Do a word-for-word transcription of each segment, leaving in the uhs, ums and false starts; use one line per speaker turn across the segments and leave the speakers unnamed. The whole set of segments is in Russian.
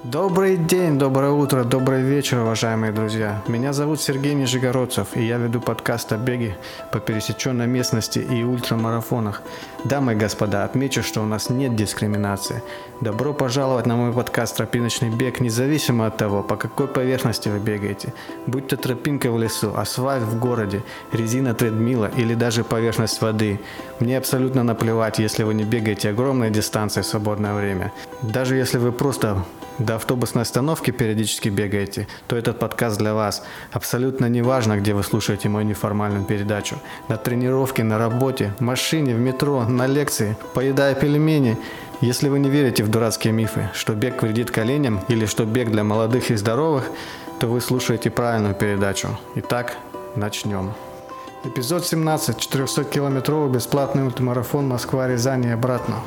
Добрый день, доброе утро, добрый вечер, уважаемые друзья. Меня зовут Сергей Нижегородцев, и я веду подкаст о беге по пересеченной местности и ультрамарафонах. Дамы и господа, отмечу, что у нас нет дискриминации. Добро пожаловать на мой подкаст «Тропиночный бег», независимо от того, по какой поверхности вы бегаете. Будь то тропинка в лесу, асфальт в городе, резина тредмила или даже поверхность воды. Мне абсолютно наплевать, если вы не бегаете огромные дистанции в свободное время. Даже если вы просто до автобусной остановки периодически бегаете, то этот подкаст для вас. Абсолютно не важно, где вы слушаете мою неформальную передачу. На тренировке, на работе, в машине, в метро, на лекции, поедая пельмени. Если вы не верите в дурацкие мифы, что бег вредит коленям или что бег для молодых и здоровых, то вы слушаете правильную передачу. Итак, начнем. Эпизод семнадцать. четырехсоткилометровый бесплатный ультрамарафон Москва-Рязань и обратно.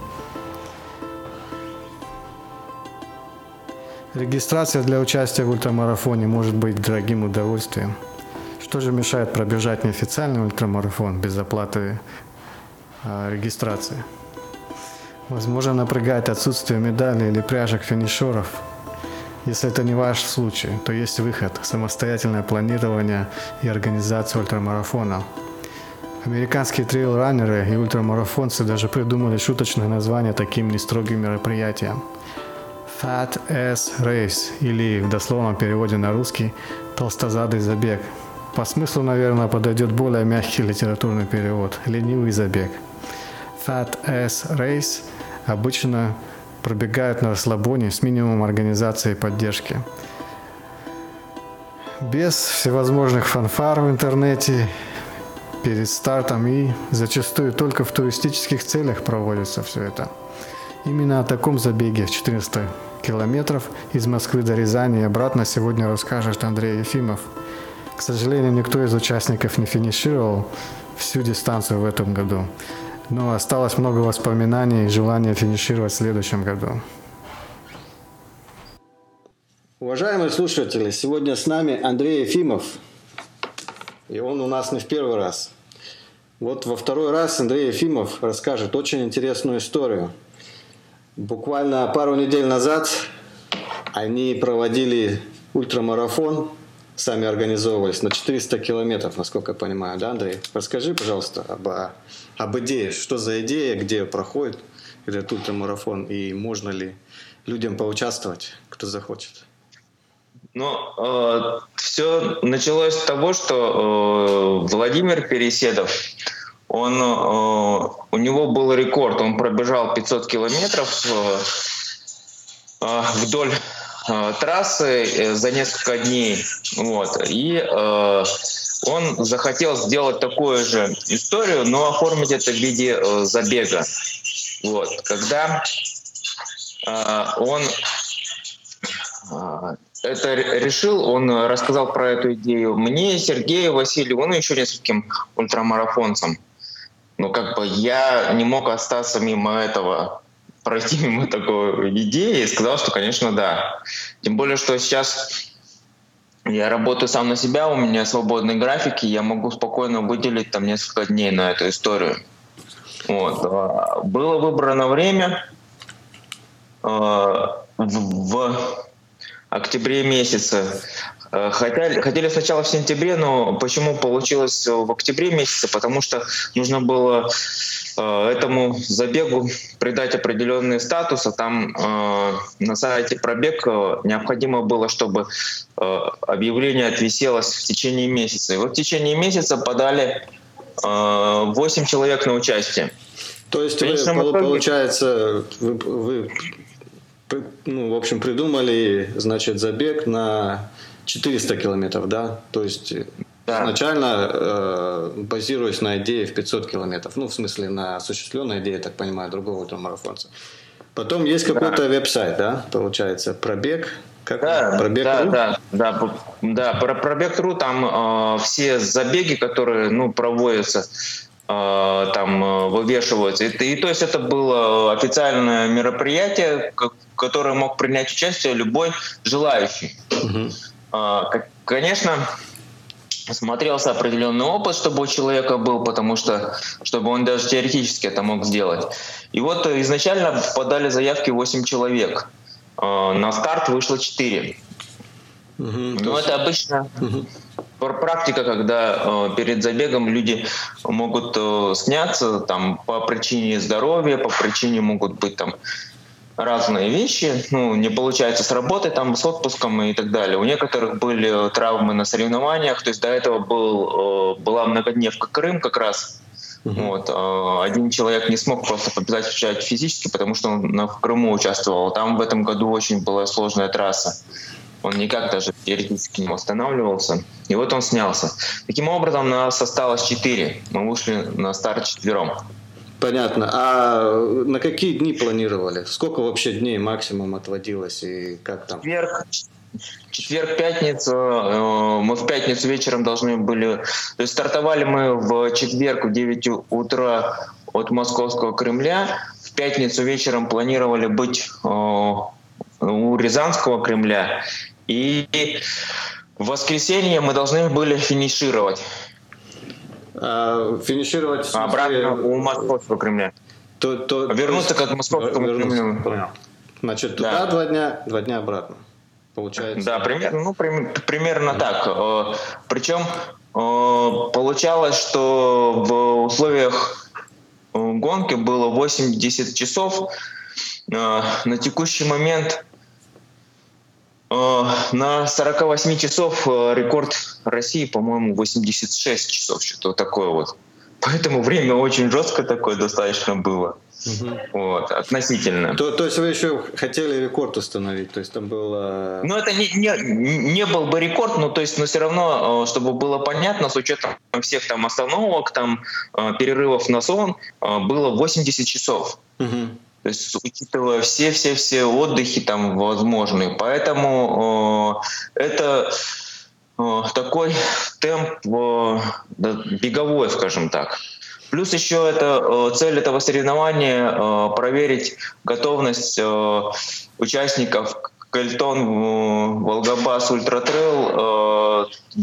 Регистрация для участия в ультрамарафоне может быть дорогим удовольствием. Что же мешает пробежать неофициальный ультрамарафон без оплаты а, регистрации? Возможно, напрягает отсутствие медалей или пряжек финишеров. Если это не ваш случай, то есть выход – самостоятельное планирование и организация ультрамарафона. Американские трейл-раннеры и ультрамарафонцы даже придумали шуточное название таким нестрогим мероприятиям. Fat Ass Race, или в дословном переводе на русский «толстозадый забег». По смыслу, наверное, подойдет более мягкий литературный перевод «ленивый забег». Fat Ass Race обычно пробегают на расслабоне с минимумом организации и поддержки. Без всевозможных фанфар в интернете перед стартом и зачастую только в туристических целях проводится все это. Именно о таком забеге в четыреста километров из Москвы до Рязани и обратно сегодня расскажет Андрей Ефимов. К сожалению, никто из участников не финишировал всю дистанцию в этом году, но осталось много воспоминаний и желания финишировать в следующем году.
Уважаемые слушатели, сегодня с нами Андрей Ефимов, и он у нас не в первый раз. Вот во второй раз Андрей Ефимов расскажет очень интересную историю. Буквально пару недель назад они проводили ультрамарафон, сами организовывались на четыреста километров, насколько я понимаю, да, Андрей? Расскажи, пожалуйста, об, об идее, что за идея, где проходит этот ультрамарафон и можно ли людям поучаствовать, кто захочет.
Ну, э, все началось с того, что э, Владимир Переседов, Он, э, у него был рекорд, он пробежал пятьсот километров э, э, вдоль э, трассы э, за несколько дней. Вот. И э, он захотел сделать такую же историю, но оформить это в виде э, забега. Вот. Когда э, он э, это решил, он рассказал про эту идею мне, Сергею, Василию, он еще нескольким ультрамарафонцам. Но как бы я не мог остаться мимо этого, пройти мимо такой идеи, и сказал, что, конечно, да. Тем более, что сейчас я работаю сам на себя, у меня свободный график, и я могу спокойно выделить там несколько дней на эту историю. Вот. Было выбрано время в, в октябре месяце. Хотели, хотели сначала в сентябре, но почему получилось в октябре месяце? Потому что нужно было э, этому забегу придать определенный статус, а там э, на сайте пробег э, необходимо было, чтобы э, объявление отвиселось в течение месяца. И вот в течение месяца подали э, восемь человек на участие.
То есть вы, итоге... получается, вы, вы ну, в общем, придумали, значит, забег на четыреста километров, да? То есть да. Изначально э, базируясь на идее в пятьсот километров. Ну, в смысле, на осуществленной идее, я так понимаю, другого ультрамарафонца. Потом есть какой-то да. веб-сайт, да, получается, пробег. Как
да,
пробег.ру?
Да, да, да, да, про пробег.ру там э, все забеги, которые, ну, проводятся, э, там э, вывешиваются. И, и то есть это было официальное мероприятие, в котором мог принять участие любой желающий. Угу. Конечно, смотрелся определенный опыт, чтобы у человека был, потому что, чтобы он даже теоретически это мог сделать. И вот изначально подали заявки восемь человек. на старт вышло четыре.
Угу,
Но это обычно угу. практика, когда перед забегом люди могут сняться там, по причине здоровья, по причине могут быть там разные вещи, ну, не получается с работы, там, с отпуском и так далее. У некоторых были травмы на соревнованиях, то есть до этого был, была многодневка Крым как раз. Uh-huh. Вот. Один человек не смог просто побежать физически, потому что он в Крыму участвовал. Там в этом году очень была сложная трасса. Он никак даже теоретически не восстанавливался. И вот он снялся. Таким образом, нас осталось четыре. Мы вышли на старт четвером.
Понятно. А на какие дни планировали? Сколько вообще дней максимум отводилось и как там?
Четверг, четверг, пятница. Мы в пятницу вечером должны были... То есть стартовали мы в четверг в девять утра от Московского Кремля. В пятницу вечером планировали быть у Рязанского Кремля. И в воскресенье мы должны были финишировать.
А, финишировать
а обратно у Московского Кремля.
То, то,
вернуться
то есть,
к Московскому Кремлю.
Понял. Значит, туда да. два дня, два дня обратно. Получается.
Да, примерно, ну, при, примерно mm. так. Причем получалось, что в условиях гонки было восемьдесят часов. На текущий момент на сорок восемь часов рекорд России, по-моему, восемьдесят шесть часов, что-то такое вот. Поэтому время очень жестко такое достаточно было. Угу. Вот, относительно.
То, то есть вы еще хотели рекорд установить? То есть там было...
Ну, это не, не, не был бы рекорд, но, то есть, но все равно, чтобы было понятно, с учетом всех там остановок, там, перерывов на сон, было восемьдесят часов. Угу. То есть, учитывая все-все-все отдыхи там возможные. Поэтому э, это э, такой темп э, беговой, скажем так. Плюс еще это э, цель этого соревнования э, проверить готовность э, участников Кальтон Волгобас Ультра Трейл к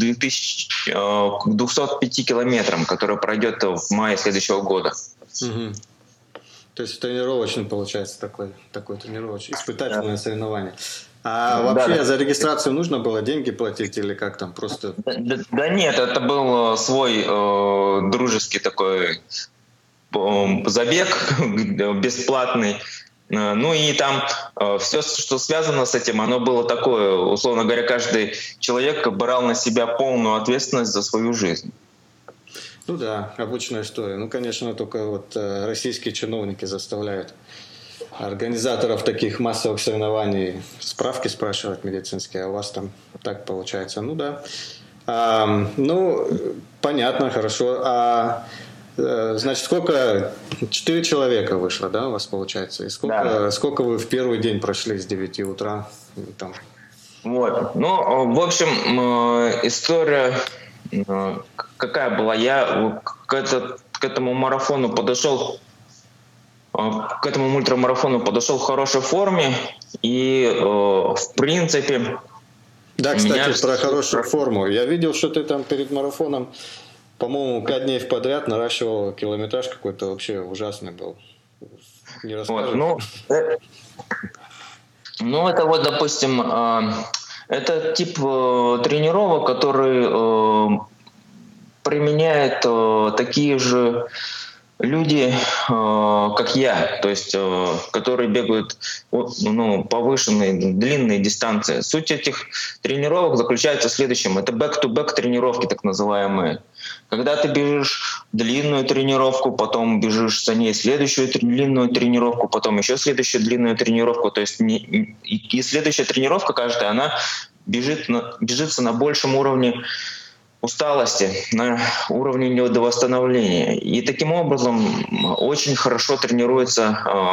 двухсот пяти километрам, который пройдет в мае следующего года.
Угу. То есть тренировочный получается такой, такой тренировочный, испытательное да. соревнование. А да, вообще да. за регистрацию нужно было деньги платить или как там просто?
Да, да нет, это был свой э, дружеский такой э, забег бесплатный. Ну и там э, все, что связано с этим, оно было такое, условно говоря, каждый человек брал на себя полную ответственность за свою жизнь.
Ну да, обычная история. Ну, конечно, только вот э, российские чиновники заставляют организаторов таких массовых соревнований справки спрашивать медицинские, а у вас там так получается. Ну да. А, ну, понятно, хорошо. А э, значит, сколько? Четыре человека вышло, да, у вас получается? И сколько, да. сколько вы в первый день прошли с девяти утра? Там?
Вот. Ну, в общем, э, история... Какая была? Я к, это, к этому марафону подошел, к этому ультрамарафону подошел в хорошей форме и, в принципе...
Да, кстати, меня... про хорошую форму. Я видел, что ты там перед марафоном, по-моему, пять дней подряд наращивал километраж какой-то вообще ужасный был. Не расскажешь?
Вот, ну, э, ну, это вот, допустим... Э, Это тип э, тренировок, который э, применяют э, такие же люди, э, как я, то есть, э, которые бегают ну, повышенные, длинные дистанции. Суть этих тренировок заключается в следующем. Это back-to-back тренировки, так называемые. Когда ты бежишь длинную тренировку, потом бежишь за ней следующую длинную тренировку, потом еще следующую длинную тренировку. То есть не, и, и следующая тренировка каждая, она бежит на, бежится на большем уровне усталости, на уровне недовосстановления. И таким образом очень хорошо тренируется,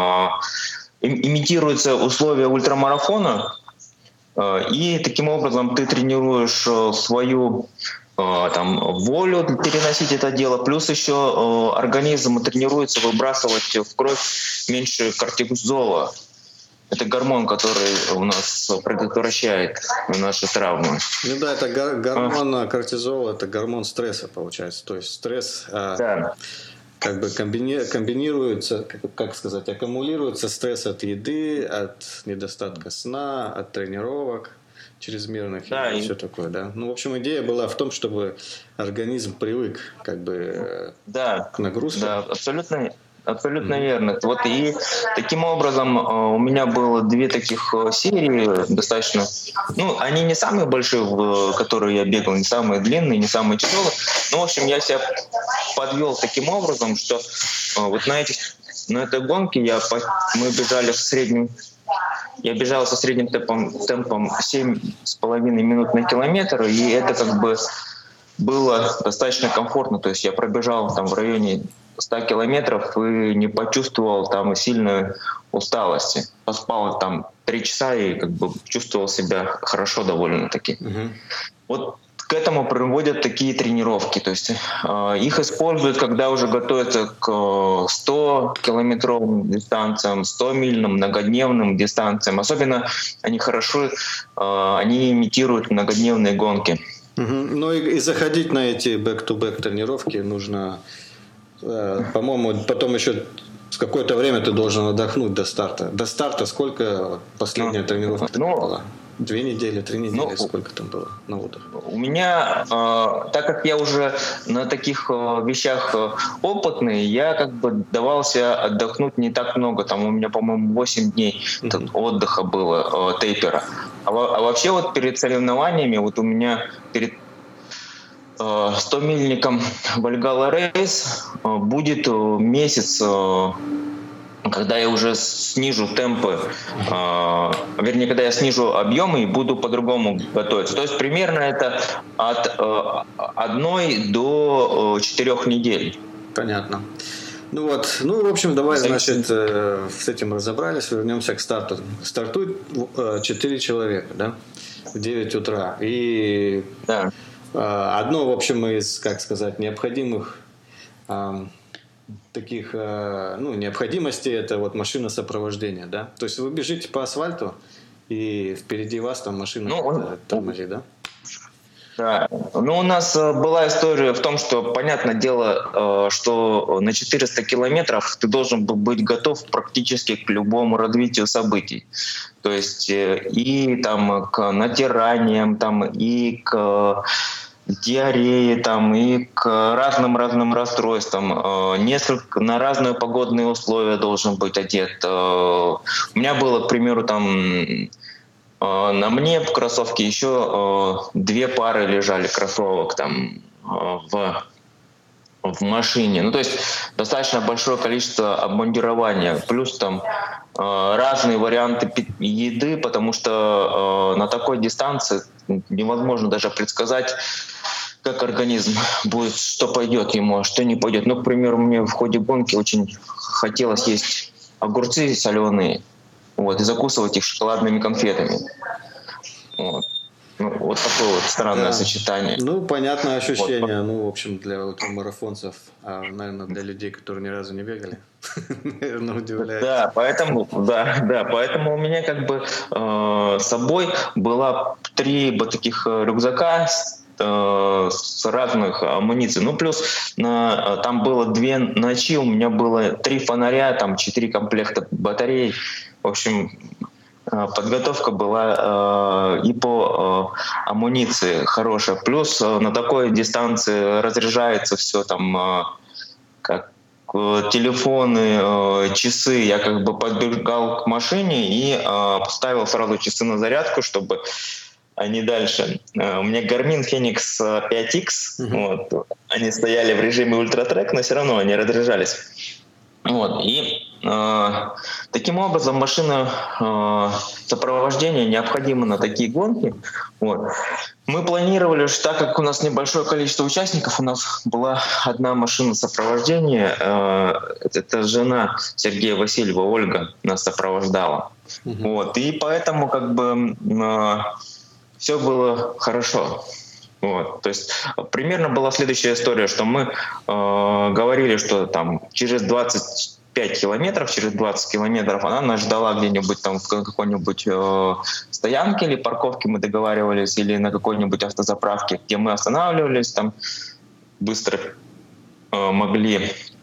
э, имитируются условия ультрамарафона, э, и таким образом ты тренируешь свою там, волю переносить это дело, плюс еще э, организм тренируется выбрасывать в кровь меньше кортизола. Это гормон, который у нас предотвращает наши травмы.
Ну да, это гормон а. кортизола, это гормон стресса получается. То есть стресс.
Да.
как бы комбини, комбинируется, как, как сказать, аккумулируется стресс от еды, от недостатка сна, от тренировок чрезмерных,
Да,
и
и-
все такое, да. Ну, в общем, идея была в том, чтобы организм привык как бы
Да,
к нагрузке.
да, абсолютно, абсолютно верно. Вот и таким образом э, у меня было две таких э, серии достаточно. Ну, они не самые большие, в- которые я бегал, не самые длинные, не самые тяжелые. Ну, в общем, я себя подвел таким образом, что э, вот на этих на этой гонке я по- мы бежали в среднем. Я бежал со средним темпом, темпом семь с половиной минут на километр, и это как бы было достаточно комфортно. То есть я пробежал там в районе ста километров и не почувствовал там сильной усталости. Поспал там три часа и как бы чувствовал себя хорошо довольно-таки.
Мгм.
Вот к этому приводят такие тренировки. То есть э, их используют, когда уже готовятся к э, сто-километровым дистанциям, сто-мильным, многодневным дистанциям. Особенно они хорошо, э, они имитируют многодневные гонки.
Мгм. Ну и, и заходить на эти back-to-back тренировки нужно, э, по-моему, потом еще с какое-то время ты должен отдохнуть до старта. До старта сколько последняя
Ну,
тренировка
ну,
была? Две недели, три недели,
ну,
сколько там было на отдых?
У меня, э, так как я уже на таких э, вещах э, опытный, я как бы давался отдохнуть не так много. Там у меня, по-моему, восемь дней тут
Мгм.
отдыха было, э, тейпера. А, во- а вообще вот перед соревнованиями, вот у меня перед э, сто-мильником Вальгалла Рейс э, будет э, месяц, э, когда я уже снижу темпы, э, вернее, когда я снижу объемы и буду по-другому готовиться. То есть примерно это от э, одной до э, четырех недель.
Понятно. Ну вот, ну, в общем, давай,
Зависит.
значит, э, с этим разобрались, вернемся к старту. Стартует э, четыре человека, да, в девять утра. И
Да.
э, одно, в общем, из, как сказать, необходимых э, таких, э, ну, необходимостей, это вот машина сопровождения, да. То есть вы бежите по асфальту, и впереди вас там машина
Ну, он-
как-то тормозит, да?
Да. Ну, у нас э, была история в том, что, понятное дело, э, что на четыреста километров ты должен был быть готов практически к любому развитию событий. То есть э, и там к натираниям, там, и к диареи, там, и к разным-разным расстройствам. Э, Несколько на разные погодные условия должен быть одет. Э, У меня было, к примеру, там Э, на мне в кроссовке еще э, две пары лежали кроссовок там э, в, в машине. Ну, то есть достаточно большое количество обмундирования. Плюс там э, разные варианты пи- еды, потому что э, на такой дистанции невозможно даже предсказать, как организм будет, что пойдет ему, а что не пойдет. Ну, к примеру, мне в ходе гонки очень хотелось есть огурцы соленые, вот, и закусывать их шоколадными конфетами. Вот. Ну, вот такое вот странное
Да.
сочетание.
Ну, понятное ощущение. Ну, в общем, для ультрамарафонцев, а, наверное, для людей, которые ни разу не бегали, наверное, удивляет.
Да, поэтому, да, да, поэтому у меня как бы э, с собой было три вот таких э, рюкзака с, э, с разных амуниций. Ну, плюс на, там было две ночи, у меня было три фонаря, там четыре комплекта батарей. В общем, э, подготовка была э, и по э, амуниции хорошая. Плюс э, на такой дистанции разряжается все там э, как э, телефоны, э, часы. Я как бы подбегал к машине и э, поставил сразу часы на зарядку, чтобы они дальше. Э, у меня Garmin Fenix пять икс,
Мгм.
вот, они стояли в режиме ультратрек, но все равно они разряжались. Вот, и э, таким образом машина э, сопровождения необходима на такие гонки. Вот. Мы планировали, что так как у нас небольшое количество участников, у нас была одна машина сопровождения. Э, это жена Сергея Васильева, Ольга, нас сопровождала.
Мгм.
Вот. И поэтому как бы э, все было хорошо. Вот. То есть примерно была следующая история, что мы э, говорили, что там через двадцать пять километров, через двадцать километров она нас ждала где-нибудь там в какой-нибудь э, стоянке или парковке, мы договаривались, или на какой-нибудь автозаправке, где мы останавливались, там быстро э, могли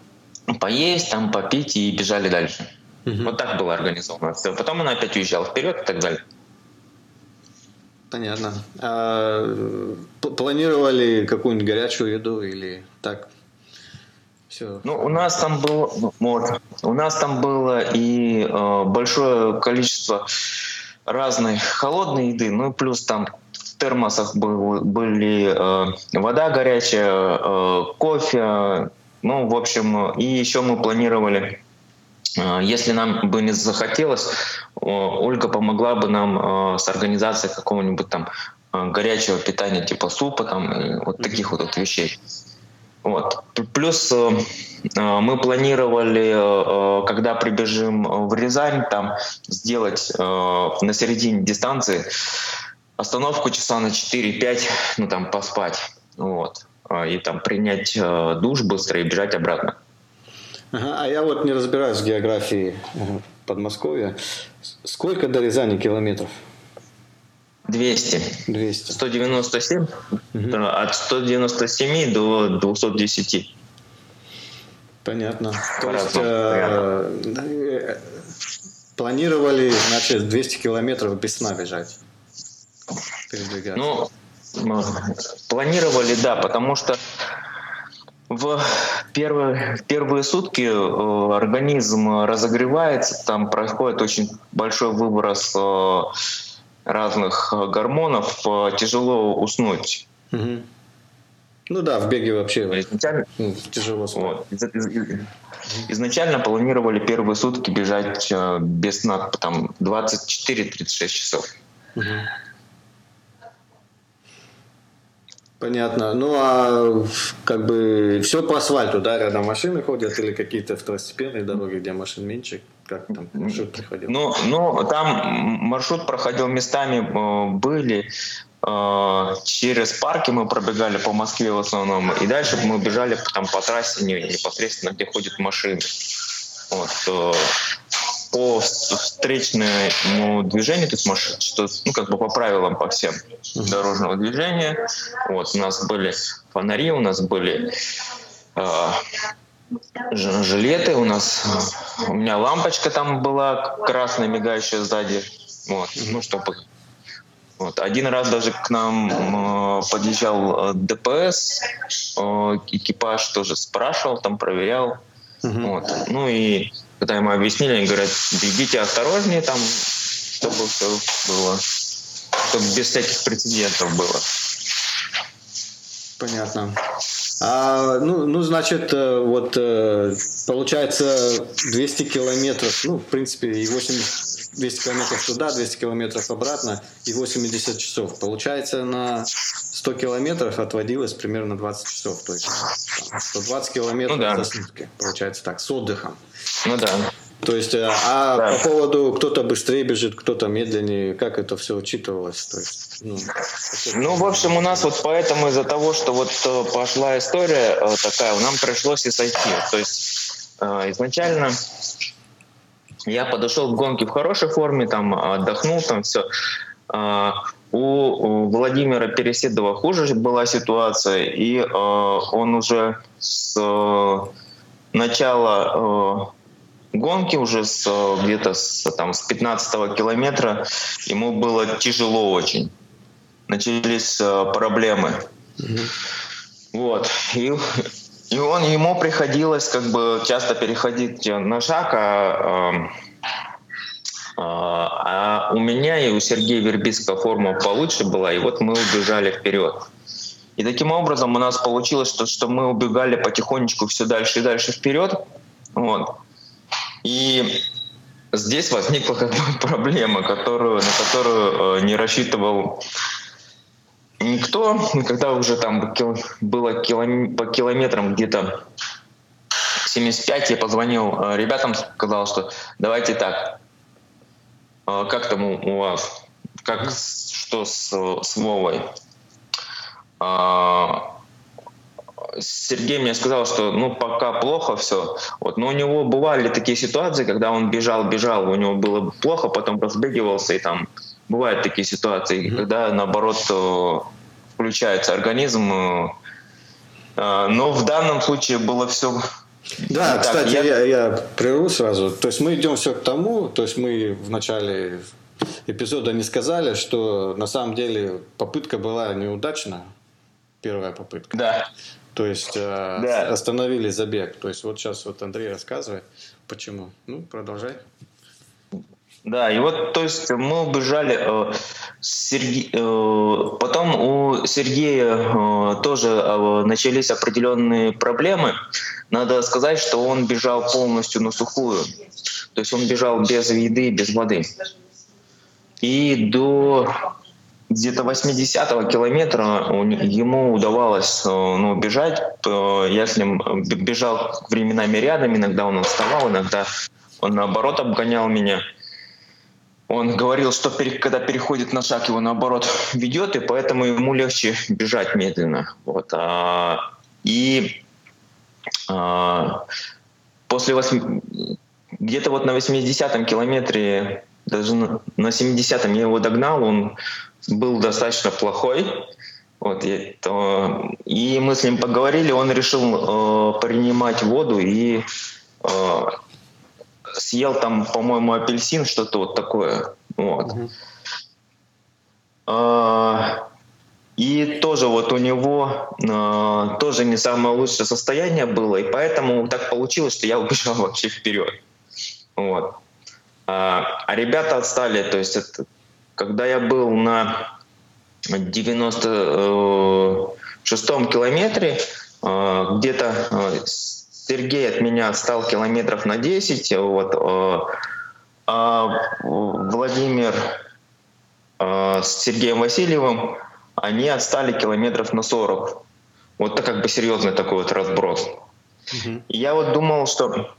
поесть, там, попить и бежали дальше.
Мгм.
Вот так было организовано все. Потом он опять уезжал вперед и так далее.
Понятно. А э, п- планировали какую-нибудь горячую еду или так? Все.
Ну, у нас там было, ну, вот, у нас там было и э, большое количество разной холодной еды, ну и плюс там в термосах был- были э, вода горячая, э, кофе, ну, в общем, и еще мы планировали, э, если нам бы не захотелось, э, Ольга помогла бы нам э, с организацией какого-нибудь там э, горячего питания, типа супа, там, и вот таких вот, вот вещей. Вот. П- Плюс э, э, мы планировали, э, э, когда прибежим в Рязань, там сделать э, на середине дистанции остановку часа на четыре-пять, ну там поспать, вот, Э, и там принять э, душ быстро и бежать обратно.
Ага, а я вот не разбираюсь в географии э, Подмосковья. С- Сколько до Рязани километров?
двести.
Двести.
сто девяносто семь,
Мгм.
э, от сто девяносто семь до двухсот десяти.
Понятно. То есть
По-разному,
э, э, планировали, значит, двести километров без сна бежать, передвигаться.
Ну, мы планировали, да, потому что в первые, в первые сутки э, организм разогревается, там происходит очень большой выброс э, разных э, гормонов, э, тяжело уснуть.
Мгм. Ну да, в беге вообще
Изначально,
ну, тяжело спать.
вот, из- из- из- изначально планировали первые сутки бежать э, без сна, там двадцать четыре - тридцать шесть часов.
Мгм. Понятно. Ну а как бы все по асфальту, да, рядом машины ходят или какие-то второстепенные дороги, где машин меньше, как там маршрут приходил?
Ну, ну, там маршрут проходил местами, э, были э, через парки мы пробегали по Москве в основном, и дальше мы бежали там по трассе не- непосредственно, где ходят машины. Вот, э, по вс- встречному движению, то есть маш- что, ну, как бы по правилам по всем дорожного движения. Вот, у нас были фонари, у нас были э, ж- жилеты, у нас э, у меня лампочка там была красная, мигающая сзади. Вот, ну, чтобы вот. Один раз даже к нам э, подъезжал э, ДПС, э, экипаж тоже спрашивал, там проверял.
Мгм.
Вот. Ну и когда ему объяснили, они говорят, бегите осторожнее, там, чтобы все было, чтобы без всяких прецедентов было.
Понятно. А, ну, ну, значит, э, вот э, получается двести километров, ну, в принципе, и восемьдесят, двести километров туда, двести километров обратно, и восемьдесят часов. Получается, на сто километров отводилось примерно двадцать часов, то есть там, сто двадцать километров
Ну да.
за сутки, получается так, с отдыхом.
Ну да.
То есть, э, а
Да.
по поводу кто-то быстрее бежит, кто-то медленнее, как это все учитывалось? То есть, ну, какой-
Ну, в общем, у нас вот поэтому из-за того, что вот э, пошла история э, такая, нам пришлось и сойти. То есть э, изначально я подошел к гонке в хорошей форме, там отдохнул, там все. У у Владимира Переседова хуже была ситуация, и э, он уже с э, начала э, гонки, уже с, э, где-то с, там, с пятнадцатого километра, ему было тяжело очень. Начались э, проблемы. Вот. И, и он, ему приходилось как бы часто переходить на шаг, а, э, а у меня и у Сергея Вербицкого форма получше была, и вот мы убежали вперед. И таким образом у нас получилось, что, что мы убегали потихонечку все дальше и дальше вперед. Вот. И здесь возникла как бы проблема, которую, на которую э, не рассчитывал никто. Когда уже там кил- было килом- по километрам где-то семьдесят пять, я позвонил э, ребятам, сказал, что давайте так, э, как там у, у вас, как, с- что с, с Вовой? А, Сергей мне сказал, что ну пока плохо все. Вот, но у него бывали такие ситуации, когда он бежал, бежал, у него было плохо, потом разбегивался, и там бывают такие ситуации, когда наоборот э, включается организм. э, э, Но в данном случае было все
Да,
Итак,
кстати,
я-
я... Я, прерву сразу. То есть мы идем все к тому, то есть мы в начале эпизода не сказали, что на самом деле попытка была неудачна, первая попытка.
Да.
То есть э,
Да.
остановили забег. То есть вот сейчас вот Андрей рассказывает, почему. Ну, продолжай.
Да, и вот, то есть мы убежали. Э, Серге- э, потом у Сергея э, тоже э, начались определенные проблемы. Надо сказать, что он бежал полностью на сухую. То есть он бежал без еды, без воды. И до где-то восьмидесятого километра он- ему удавалось э, ну, бежать. Э, Я с ним б- бежал временами рядом, иногда он отставал, иногда он наоборот обгонял меня. Он говорил, что пере- когда переходит на шаг, его наоборот ведет, и поэтому ему легче бежать медленно. Вот. А, И а, после восьми- где-то вот на восьмидесятом километре, даже на на семидесятом я его догнал, он был достаточно плохой. Вот, и, то- и мы с ним поговорили, он решил э, принимать воду и э, съел там, по-моему, апельсин, что-то вот такое. Вот. А, И тоже вот у него а, тоже не самое лучшее состояние было, и поэтому так получилось, что я убежал вообще вперед. Вот. А, а ребята отстали, то есть это, когда я был на девяносто шестом километре, а, где-то а, Сергей от меня отстал километров на десять, вот, а, а Владимир а, с Сергеем Васильевым, они отстали километров на сорок. Вот это как бы серьезный такой вот разброс. И я вот думал, что,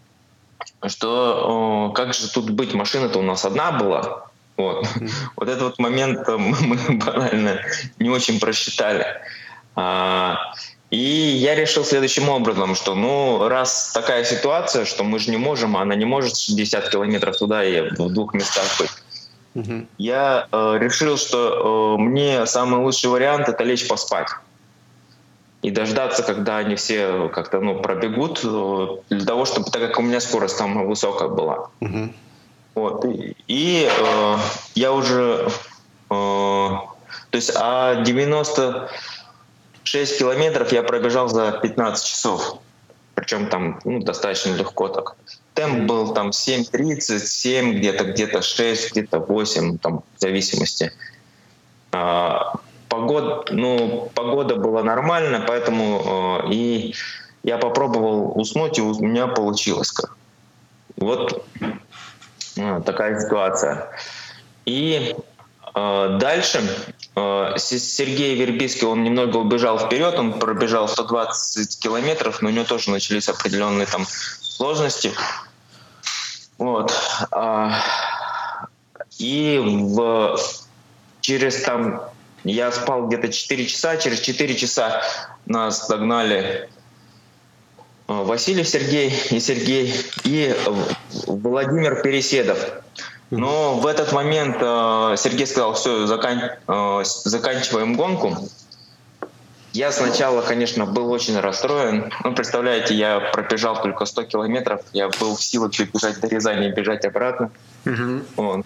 что о, как же тут быть, машина-то у нас одна была. Вот, вот этот вот момент э, мы банально не очень просчитали. А, И я решил следующим образом, что ну раз такая ситуация, что мы же не можем, она не может шестьдесят километров туда и в двух местах быть. Я э, решил, что э, мне самый лучший вариант — это лечь поспать и дождаться, когда они все как-то ну, пробегут, э, для того, чтобы, так как у меня скорость там высокая была. Вот. И, и, э, я уже... э, то есть, а девяносто шесть километров я пробежал за пятнадцать часов. Причем там ну, достаточно легко так. Темп был там семь тридцать, семь, где-то где-то шесть, где-то восемь, там, в зависимости. А, погод, ну, погода была нормальная, поэтому э, и я попробовал уснуть, и у меня получилось. Как. Вот э, такая ситуация. И э, дальше э, Сергей Вербицкий, он немного убежал вперед, он пробежал сто двадцать километров, но у него тоже начались определенные там сложности. Вот. А, И в, через там я спал где-то четыре часа, через четыре часа нас догнали э, Василий Сергей и Сергей и Владимир Переседов. Но в этот момент э, Сергей сказал: все, закан... э, заканчиваем гонку. Я сначала, конечно, был очень расстроен. Ну, представляете, я пробежал только сто километров, я был в силах чуть бежать до Рязани и бежать обратно. Вот.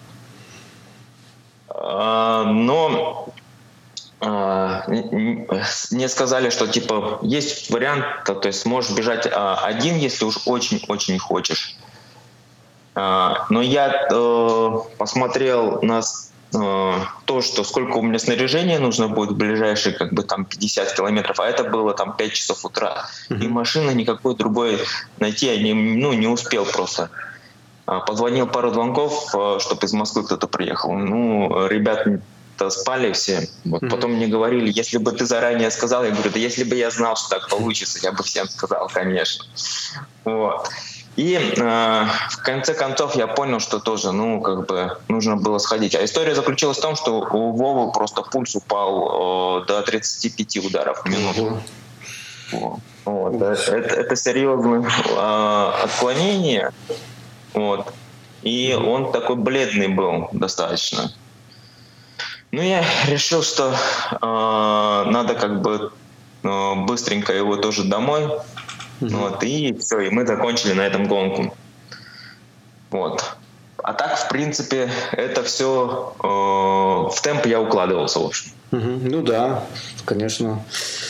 А, но а, мне сказали, что типа есть вариант, то есть можешь бежать а, один, если уж очень-очень хочешь. А, но я э, посмотрел на э, то, что сколько у меня снаряжения нужно будет в ближайшие как бы там пятьдесят километров, а это было там пять часов утра. Mm-hmm. И машины никакой другой найти я не, ну, не успел просто. А, позвонил пару звонков, чтобы из Москвы кто-то приехал. Ну, ребята спали все. Вот. Mm-hmm. Потом мне говорили: если бы ты заранее сказал, я говорю: да если бы я знал, что так получится, я бы всем сказал, конечно. Вот. И э, в конце концов я понял, что тоже, ну, как бы нужно было сходить. А история заключилась в том, что у Вовы просто пульс упал э, до тридцати пяти ударов в минуту. Вот. Вот. Это, это серьезное э, отклонение. Вот. И он такой бледный был достаточно. Ну, я решил, что э, надо как бы э, быстренько его тоже домой Mm-hmm. Вот, и все, и мы закончили на этом гонку. Вот. А так, в принципе, это все э, в темп я укладывался, в общем.
Mm-hmm. Ну да, конечно.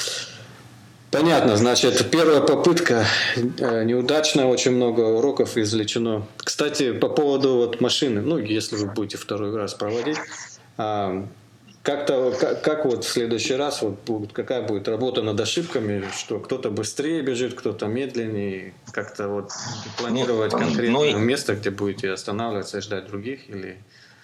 Понятно, значит, первая попытка э, неудачная, очень много уроков извлечено. Кстати, по поводу вот машины, ну, если вы будете второй раз проводить, э, как-то, как, как вот в следующий раз, вот будет, какая будет работа над ошибками, что кто-то быстрее бежит, кто-то медленнее, как-то вот планировать ну, конкретное ну, место, где будете останавливаться и ждать других, или...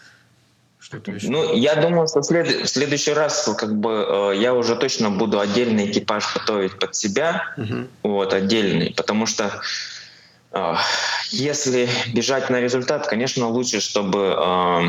Ну, я думаю, что в, след... в следующий раз как бы э, я уже точно буду отдельный экипаж готовить под себя, uh-huh. вот, отдельный, потому что э, если бежать на результат, конечно, лучше, чтобы, э,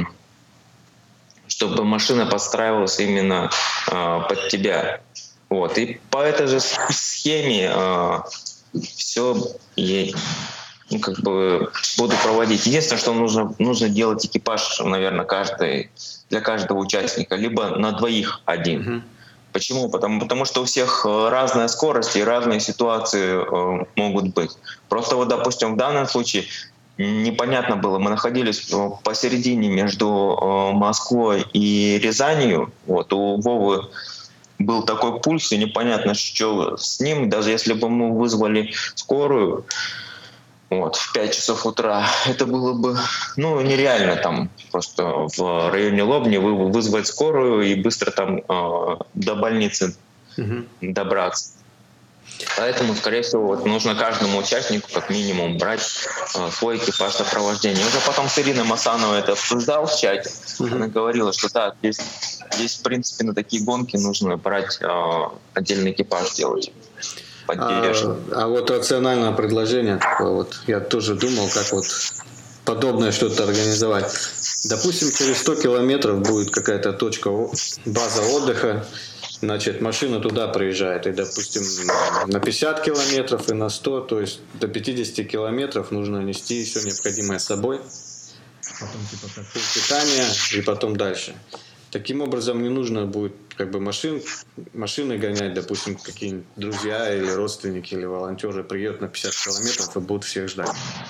чтобы машина подстраивалась именно э, под тебя. Вот. И по этой же схеме э, все ей... Ну, как бы буду проводить. Единственное, что нужно, нужно делать экипаж, наверное, каждый, для каждого участника, либо на двоих один. Mm-hmm. Почему? Потому, потому что у всех разная скорость и разные ситуации э, могут быть. Просто вот, допустим, в данном случае непонятно было, мы находились посередине между э, Москвой и Рязанью. Вот, у Вовы был такой пульс, и непонятно, что с ним, даже если бы мы вызвали скорую, вот, в пять часов утра, это было бы, ну, нереально там просто в районе Лобни вы, вызвать скорую и быстро там э, до больницы mm-hmm. добраться. Поэтому, скорее всего, вот, нужно каждому участнику как минимум брать э, свой экипаж сопровождения. Уже потом с Ириной Масановой это обсуждал в чате. Mm-hmm. Она говорила, что да, здесь, здесь, в принципе, на такие гонки нужно брать э, отдельный экипаж делать.
А, а вот рациональное предложение такое вот, я тоже думал, как вот подобное что-то организовать. Допустим, через сто километров будет какая-то точка, база отдыха, значит, машина туда приезжает, и, допустим, на пятьдесят километров и на сто, то есть до пятидесяти километров нужно нести все необходимое с собой, потом типа как питание и потом дальше. Таким образом, не нужно будет как бы машин, машины гонять, допустим, какие-нибудь друзья или родственники или волонтеры приедут на пятьдесят километров и будут всех ждать.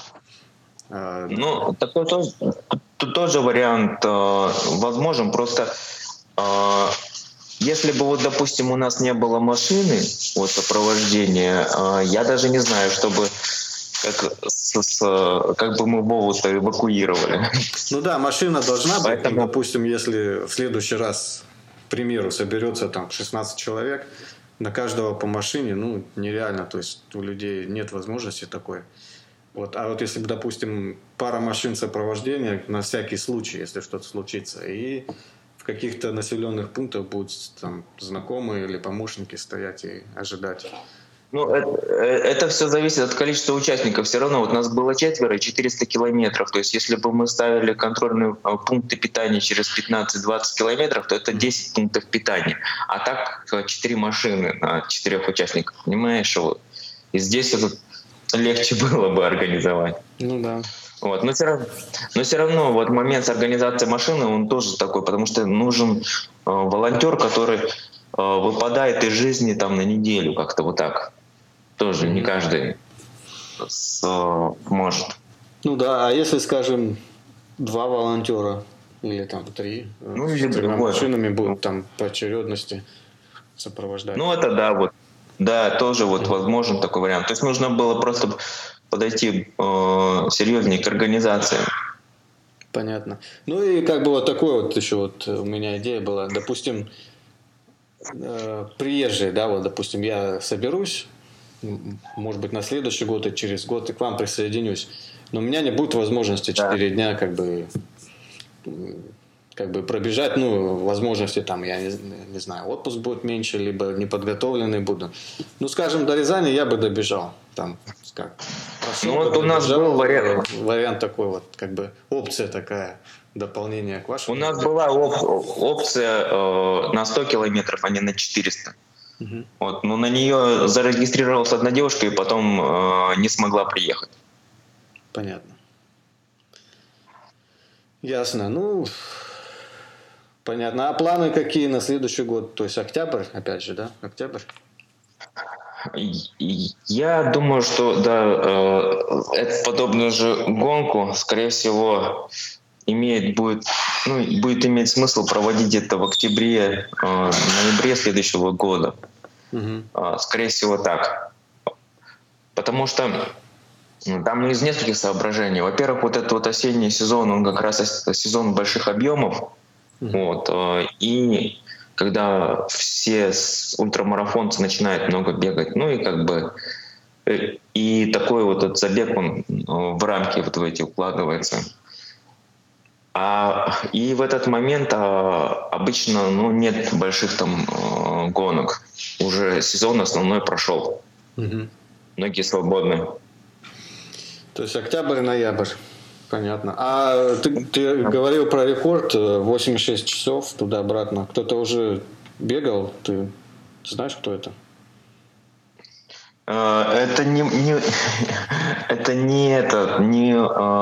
А,
ну, такой тоже, тут тоже вариант э, возможен, просто э, если бы, вот, допустим, у нас не было машины, вот, сопровождения, э, я даже не знаю, чтобы как, с, с, как бы мы Вову-то эвакуировали.
Ну да, машина должна быть.
Поэтому...
Допустим, если в следующий раз, к примеру, соберется там шестнадцать человек, на каждого по машине, ну, нереально. То есть у людей нет возможности такой. Вот. А вот если бы, допустим, пара машин сопровождения на всякий случай, если что-то случится, и в каких-то населенных пунктах будут там знакомые или помощники стоять и ожидать.
Ну, это, это все зависит от количества участников. Все равно вот нас было четверо, четыреста километров. То есть если бы мы ставили контрольные пункты питания через пятнадцать-двадцать километров, то это десять пунктов питания. А так четыре машины на четырех участников. Понимаешь? Вот. И здесь это легче было бы организовать.
Ну да.
Вот. Но, все равно, но все равно вот момент с организацией машины, он тоже такой, потому что нужен э, волонтер, который э, выпадает из жизни там на неделю, как-то вот так. Тоже не каждый с, может.
Ну да, а если, скажем, два волонтера или там три, ну, с тремя машинами будут там по очередности сопровождать.
Ну это да, вот. Да, тоже вот возможен такой вариант. То есть нужно было просто подойти э, серьезнее к организации.
Понятно. Ну и как бы вот такой вот еще вот у меня идея была. Допустим, э, приезжие, да, вот, допустим, я соберусь, может быть, на следующий год и через год и к вам присоединюсь. Но у меня не будет возможности четыре да. дня как бы, как бы пробежать. Ну, возможности там, я не, не знаю, отпуск будет меньше, либо неподготовленный буду. Ну, скажем, до Рязани я бы добежал. Там, как,
ну, вот у нас был вариант.
Вариант такой вот, как бы опция такая, дополнение к вашему.
У нас была оп- опция э, на сто километров, а не на четыреста. Uh-huh. Вот, но на нее зарегистрировалась одна девушка и потом э, не смогла приехать.
Понятно. Ясно. Ну, понятно. А планы какие на следующий год? То есть октябрь, опять же, да? Октябрь?
Я думаю, что да, это подобную же гонку, скорее всего, имеет будет ну, будет иметь смысл проводить это в октябре, ноябре следующего года.
Угу.
Скорее всего, так. Потому что там из нескольких соображений. Во-первых, вот этот вот осенний сезон, он как раз сезон больших объемов. Mm-hmm. Вот, и когда все ультрамарафонцы начинают много бегать, ну и как бы и такой вот этот забег, он в рамки вот в эти укладывается. А, и в этот момент а, обычно ну, нет больших там а, гонок. Уже сезон основной прошел.
Mm-hmm.
Многие свободны.
То есть октябрь, ноябрь. Понятно. А ты, ты говорил про рекорд восемьдесят шесть часов туда-обратно. Кто-то уже бегал? Ты знаешь, кто это?
Это не, не это не это не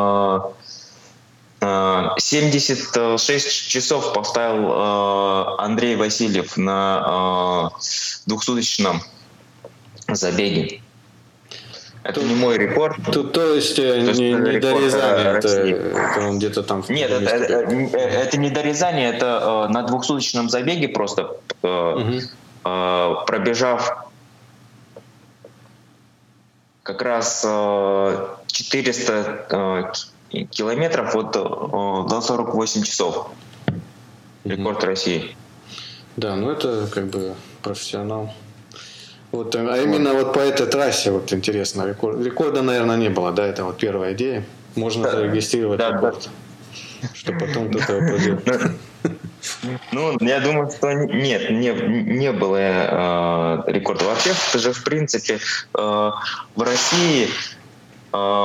семьдесят шесть часов поставил Андрей Васильев на двухсуточном забеге. Это
тут,
не мой рекорд.
Тут, то есть, то есть не, не до Рязани, это, это он где-то там...
Нет, это, это, это не до Рязани, это э, на двухсуточном забеге просто э, угу. э, пробежав как раз э, четыреста э, километров вот, э, до сорок восемь часов. Рекорд угу. России.
Да, ну это как бы профессионал. Вот, а именно вот по этой трассе, вот интересно, рекорд, рекорда, наверное, не было, да, это вот первая идея. Можно да. зарегистрировать да, рекорд, да. Что потом кто-то пойдет.
Ну, я думаю, что нет, не, не было э, рекорда. Вообще, это же, в принципе, э, в России э,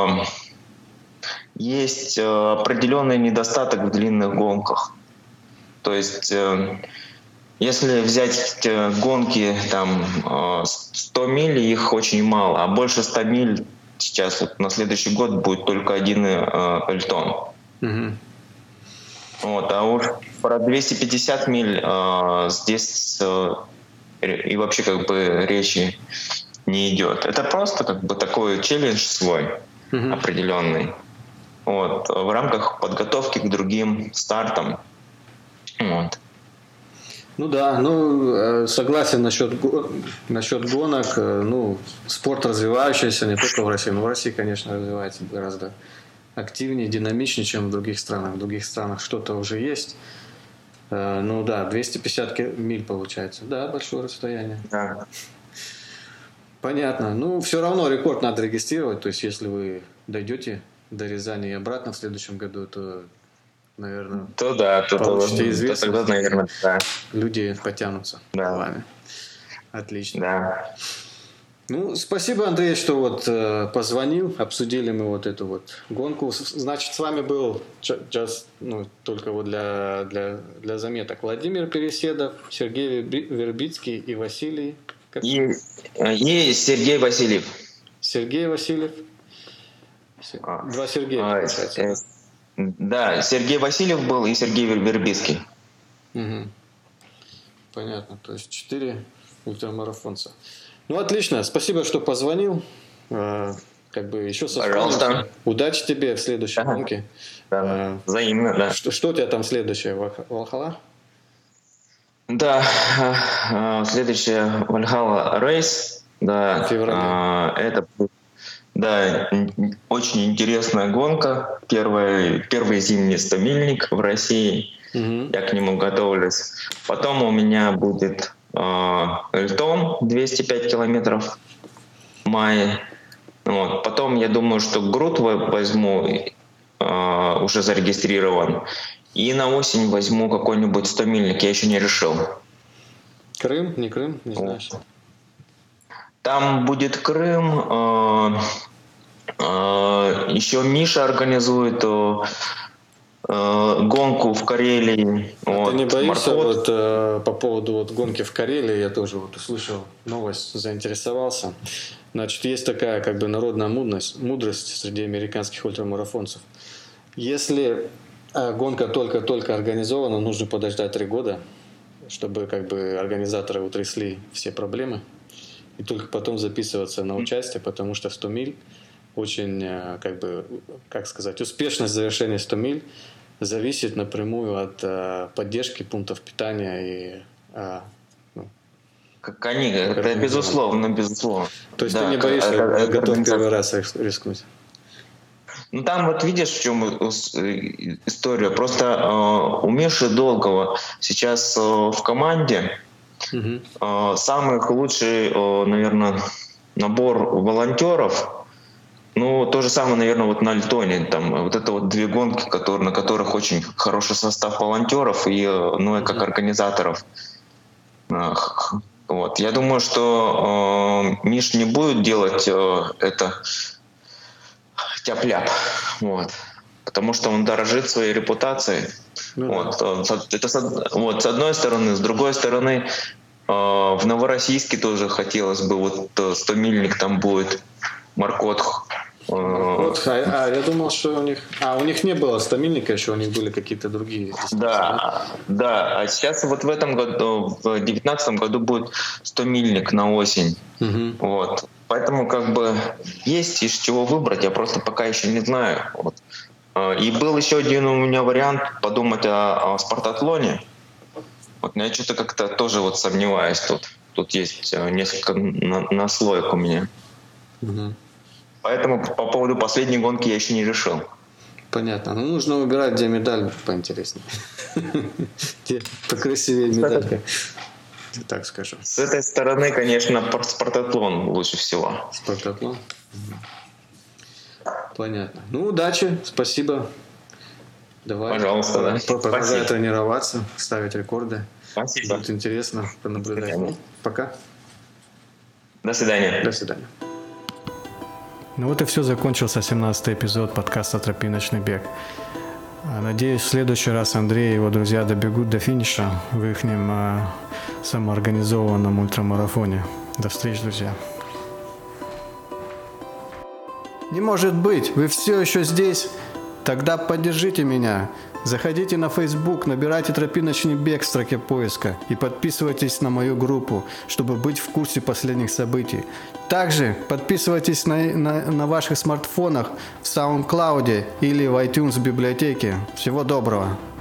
есть определенный недостаток в длинных гонках. То есть... Э, Если взять гонки там сто миль, их очень мало, а больше ста миль сейчас вот на следующий год будет только один Эльтон.
Mm-hmm.
Вот, а уж про двести пятьдесят миль э, здесь э, и вообще как бы речи не идет. Это просто как бы такой челлендж свой mm-hmm. определенный. Вот, в рамках подготовки к другим стартам. Вот.
Ну да, ну согласен насчет, насчет гонок. Ну, спорт развивающийся не только в России, но в России, конечно, развивается гораздо активнее, динамичнее, чем в других странах. В других странах что-то уже есть. Ну да, двести пятьдесят миль получается. Да, большое расстояние.
Да.
Понятно. Ну, все равно рекорд надо регистрировать. То есть, если вы дойдете до Рязани и обратно в следующем году, то... наверное,
то да, то,
получите
то,
известность.
то тогда, наверное, да.
Люди потянутся
да.
к вами. Отлично.
Да.
Ну, спасибо, Андрей, что вот э, позвонил, обсудили мы вот эту вот гонку. Значит, с вами был just, ну, только вот для, для, для заметок Владимир Переседов, Сергей Вербицкий и Василий. Как...
И, и Сергей Васильев.
Сергей Васильев. Два Сергея,
а,
получается.
Э, да, Сергей Васильев был и Сергей Вербицкий.
Угу. Понятно. То есть четыре ультрамарафонца. Ну, отлично. Спасибо, что позвонил. А, как бы еще созвонимся.
Пожалуйста.
Удачи тебе в следующей
ага.
гонке.
Да,
а,
взаимно, да.
Что, что у тебя там следующее? Валхалла?
Да, следующая Вальхалла Рейс. Да,
в феврале.
А, это да, очень интересная гонка. Первый, первый зимний стомильник в России.
Угу.
Я к нему готовлюсь. Потом у меня будет Эльтон двести пять километров в мае. Вот. Потом я думаю, что Груд возьму, э, уже зарегистрирован. И на осень возьму какой-нибудь стомильник, я еще не решил.
Крым? Не Крым? Не знаешь?
Там будет Крым. Э, э, еще Миша организует э, гонку в Карелии.
А
вот,
ты не боишься
Маркот.
вот, э, по поводу вот, гонки в Карелии? Я тоже вот услышал новость, заинтересовался. Значит, есть такая как бы народная мудрость, мудрость среди американских ультрамарафонцев. Если э, гонка только-только организована, нужно подождать три года, чтобы как бы организаторы утрясли все проблемы. и только потом записываться на участие, потому что сто миль очень, как бы, как сказать, успешность завершения сто миль зависит напрямую от uh, поддержки пунктов питания и uh, ну,
как они, это безусловно, безусловно.
То есть
да,
ты не боишься,
это, это,
готов
это,
первый раз рискнуть?
Ну там вот видишь, в чем история. Просто э, у Миши Долгого сейчас э, в команде uh-huh. э, самый лучший, э, наверное, набор волонтеров. Ну, то же самое, наверное, вот на Альтоне. Там вот это вот две гонки, которые, на которых очень хороший состав волонтеров и, ну, и как организаторов. Вот. Я думаю, что э, Миш не будет делать э, это тяп-ляп. Вот. Потому что он дорожит своей репутацией. Ну, вот. Это с, вот, с одной стороны. С другой стороны, э, в Новороссийске тоже хотелось бы, вот сто-мильник там будет, Маркот.
Вот, а, а я думал, что у них... А, у них не было стамильника еще, у них были какие-то другие.
Да, да. А сейчас вот в этом году, в девятнадцатом году будет сто-мильник на осень. Угу. Вот. Поэтому как бы есть из чего выбрать, я просто пока еще не знаю. Вот. И был еще один у меня вариант подумать о, о спартатлоне. Вот, но я что-то как-то тоже вот сомневаюсь тут. Тут есть несколько наслоек у меня. Угу. Поэтому по поводу последней гонки я еще не решил.
Понятно. Ну, нужно выбирать, где медаль поинтереснее. Где покрасивее медалька. Так скажу.
С этой стороны, конечно, спартатлон лучше всего.
Спартатлон? Понятно. Ну, удачи. Спасибо. Давай.
Пожалуйста, да.
Продолжай тренироваться, ставить рекорды.
Спасибо.
Будет интересно понаблюдать. Пока.
До свидания.
До свидания.
Ну вот и все, закончился семнадцатый эпизод подкаста «Тропиночный бег». Надеюсь, в следующий раз Андрей и его друзья добегут до финиша в их э, самоорганизованном ультрамарафоне. До встречи, друзья. Не может быть, вы все еще здесь? Тогда поддержите меня. Заходите на Facebook, набирайте «Тропиночный бег» в строке поиска и подписывайтесь на мою группу, чтобы быть в курсе последних событий. Также подписывайтесь на, на, на ваших смартфонах в SoundCloud или в iTunes библиотеке. Всего доброго!